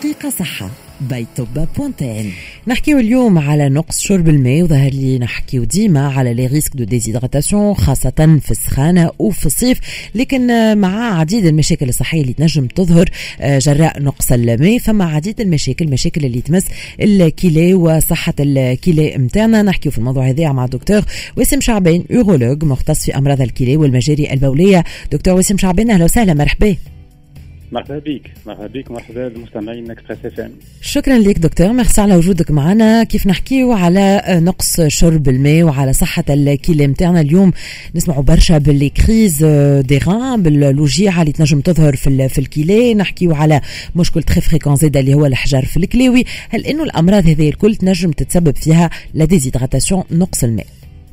دقيقة صحة باي توبا بوانتين. نحكيو اليوم على نقص شرب الماء، وظهر لي نحكيو ديما على لي ريسك دو ديزيدراتاسيون خاصة في السخانة وفي الصيف، لكن مع عديد المشاكل الصحية اللي تنجم تظهر جراء نقص الماء. فما عديد المشاكل اللي تمس الكلى وصحة الكلى متاعنا. نحكيو في الموضوع هذا مع الدكتور وسيم شعبان، يورولوج مختص في أمراض الكلى والمجاري البولية. دكتور وسيم شعبان، أهلا وسهلا، مرحبا. مرحبا بك ومرحبا بالمستمعين اكسبريس اف ام. شكرا لك دكتور، ميرسي على وجودك معنا. كيف نحكيو على نقص شرب الماء وعلى صحة الكلى متاعنا اليوم، نسمعوا برشا باللي كريز دي غان، بالوجيعة اللي تنجم تظهر في الكلى. نحكيو على مشكل تخي فريكون زيادة اللي هو الحجر في الكلوي. هل انه الامراض هذه الكل تنجم تتسبب فيها لا ديزيدراتاسيون، نقص الماء؟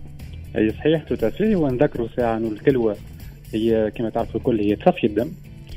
اي صحيح توتافي. ونذكروا ساعة انه الكلوة هي كما تعرفوا الكل هي تصفي الدم،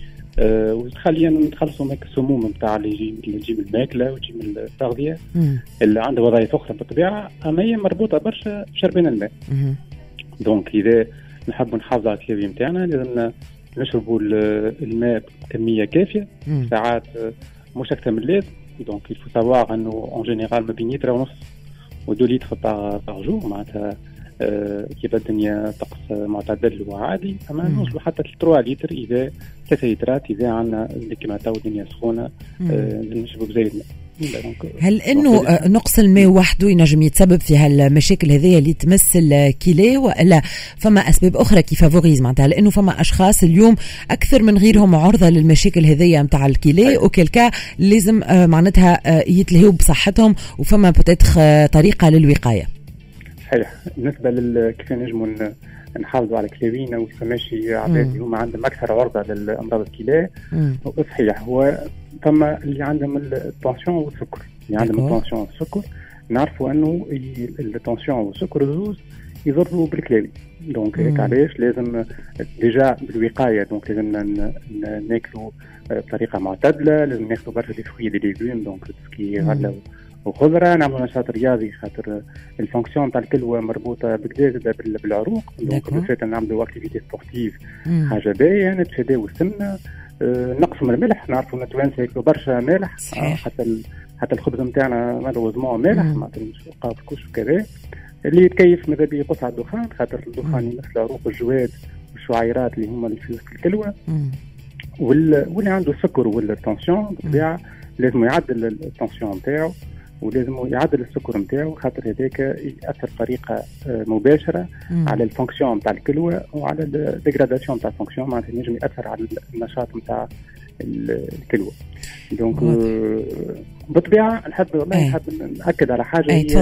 وتخلينا نتخلصوا من السموم نتاع اللي تجي من الماكله وتجي من التغذيه اللي عنده وظائف اخرى بالطبيعه، اما هي مربوطه برشا بشربين الماء. دونك اذا نحب نحافظ على الكلى نتاعنا لازم نشربوا الماء بكميه كافيه، ساعات مش اكثر من اللازم. دونك يفو سافوار انه اون جينيرال ما بين لتر ونص و2 لتر باغ جور، معناتها كيف الدنيا طقس معتدل وعادي، اما نوصلوا حتى 3 لتر اذا 3 لترات اذا عندنا كما تو الدنيا سخونه نشربوا بزايد الماء. هل انه نقص الماء وحده ينجم يتسبب في هالمشاكل هذه اللي تمس الكلى، والا فما اسباب اخرى كيف فافوريز؟ معناتها لانه فما اشخاص اليوم اكثر من غيرهم عرضه للمشاكل هذه نتاع الكلى، وكلكا لازم معناتها يتلهوا بصحتهم، وفما بتاتخ طريقه للوقايه. صحيح. بالنسبه كيف نجموا نحافظوا على كلاوينا وفماشي عباد هما عندهم اكثر عرضه للامراض الكلى. صحيح، هو فما اللي عندهم التنسيون والسكر، اللي عندهم التنسيون والسكر نعرفوا انه التنسيون والسكر زوز يضروا بالكلاوي. دونك هيك علاش لازم ديجا بالوقايه، دونك لازم ناكلوا بطريقه معتدله، لازم ناخذوا برشا دي فروي دي ليغوم، دونك تسكي غله وخضره، نعملوا نشاط رياضي خاطر الفونكسيون تاع الكلوه مربوطه بكذا بالعروق. دونك بالفعل نعملوا اكتيفيتي سبورتيف حاجه باهيه، نتفاداو السمنه، نقص من الملح. نعرفوا ان التوانسه ياكلوا برشا مالح، حتى الخبز نتاعنا مالوزمون مالح، معناتها مش في الكوش وكذا. اللي يتكيف ماذا بيه يقص على الدخان، خاطر الدخان يمثل العروق والجواد والشعيرات اللي هما اللي في الكلوه. واللي عنده السكر ولا التنسيون بالطبيعه لازم يعدل التنسيون نتاعو، ولازم يعدل السكر نتاعو، خاطر هذاك ياثر بطريقه مباشره على الفونكسيون نتاع الكلوه وعلى الديغراداسيون نتاع الفونكسيون، معناتها ينجم ياثر على النشاط نتاع الكلوه. دونك بالطبيعه نحب ناكد على حاجه، هي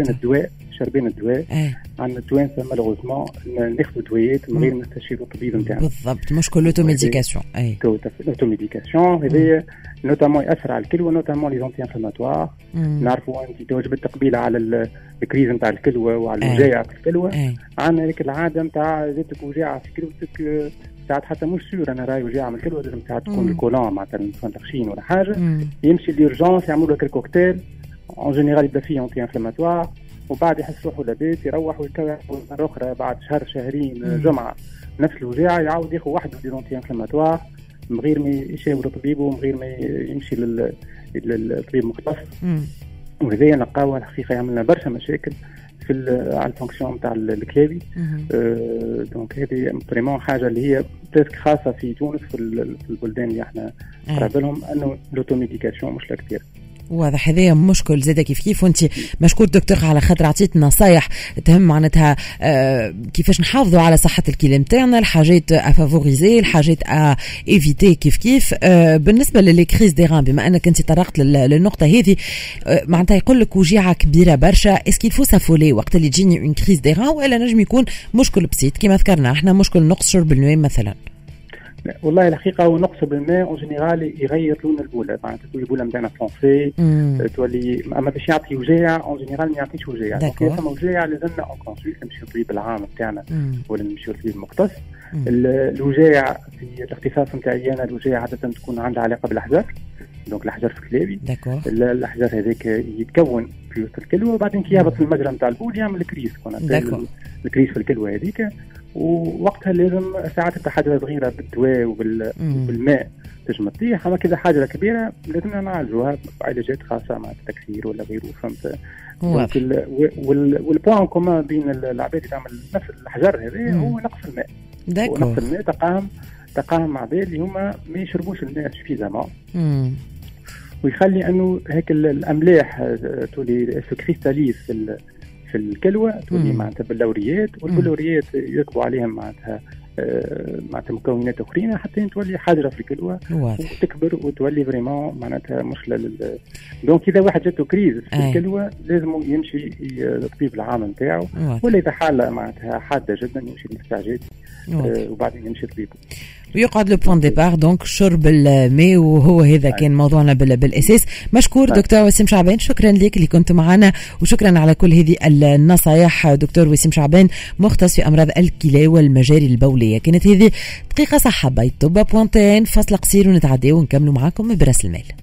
شربين الدواء. عندنا التوانسه مالوغوزمون ناخذوا دويات من غير ما نستشيروا الطبيب نتاعنا. بالضبط، مش كل اوتوميديكاسيون. الاوتوميديكاسيون هذه نوتامون ياثر على الكلوه، نوتامون لي زونتي انفلاماتوار. نعرفوا انت توجبت قبيله على الكريز نتاع الكلوه وعلى الوجاعه في الكلوه. عندنا هيك العاده نتاع زيتك وجاعه في كلوتك، ساعات حتى مش سور انا راي وجاعه من الكلوه، لازم ساعات تكون الكولون معناتها تخشين ولا حاجه، يمشي ليرجونس يعملوا لك الكوكتيل اون جينيرال يبدا فيه انتي انفلاماتوار، وبعد يحس روحه لاباس يروح ويكون مره اخرى بعد شهرين جمعه نفس الوجاعه يعاود ياخذ وحده دي انتي انفلاماتوار من غير ما يشاور طبيبه ومن غير ما يمشي للطبيب مختص. وهذا نلقاوه الحقيقه يعملنا برشا مشاكل على الفونكسيون تاع الكلاوي. دونك هذه فريمون حاجه اللي هي بريسك خاصه في تونس في البلدان اللي احنا قراب لهم، انه لوتوميديكاسيون مش كثير. واضح هذا مشكل زاده كيف وانت مشكور دكتور على خاطر عطيتنا نصايح تهم معناتها كيفاش نحافظوا على صحه الكلى نتاعنا، الحاجات افافوريزي، الحاجات ايفيتي كيف بالنسبه للكريز دي غان، بما انك انت طرقت للنقطه هذه، معناتها يقول لك وجيعه كبيره برشا، اسكي الفو سافولي وقت اللي تجيني اون كريز دي غان، ولا نجم يكون مشكل بسيط كما ذكرنا احنا مشكل نقص شرب الماء مثلا؟ والله الحقيقه هو نقص بالماء اون جينيرال يغير لون البوله، معناتها تولي البوله نتاعنا فرونسي تولي، اما باش يعطي وجاع اون جينيرال ما يعطيش وجاع. دونك فما وجاع لازمنا اون كونسولت نمشيو للطبيب العام نتاعنا ولا نمشيو للطبيب المختص. الوجاع في الاختصاص نتاعي انا الوجاع عاده تكون عندها علاقه بالاحجار، دونك الاحجار في الكلاوي. الاحجار هذاك يتكون في وسط الكلوه وبعدين كي يهبط في المجرى نتاع البول يعمل كريس، الكريس في الكلوه هذيك، ووقتها لازم ساعات حاجه صغيره بالدواء وبالماء تنجم تطيح. اما كذا حاجه كبيره لازمنا نعالجوها بعلاجات خاصه مع التكسير ولا غيره. فهمت؟ والبوان كومان بين العباد اللي تعمل نفس الحجر هذا هو نقص الماء. ونقص الماء تقام مع عباد اللي هما ما يشربوش الماء سفيزامون، ويخلي انه هيك الاملاح تولي سكريستاليز في الكلوه، تولي معناتها باللوريات، والبلوريات يركبوا عليهم معناتها مكونات اخرين حتى تولي حاجره في الكلوه وتكبر وتولي فريمون معناتها مشكله دونك اذا واحد جاته كريز في الكلوه لازم يمشي للطبيب العام نتاعو، ولا اذا حاله معناتها حاده جدا يمشي للمستعجل وبعدين يمشي طبيب ويقعد لو بوان ديبار. دونك شرب الماء، وهو هذا كان موضوعنا بالاساس. مشكور دكتور وسيم شعبان، شكرا لك اللي كنت معنا، وشكرا على كل هذه النصائح. دكتور وسيم شعبان مختص في امراض الكلى والمجاري البوليه. كانت هذه دقيقه صحه باي طب بوانتين، فاصل قصير ونتعدي ونكملوا معاكم براس المال.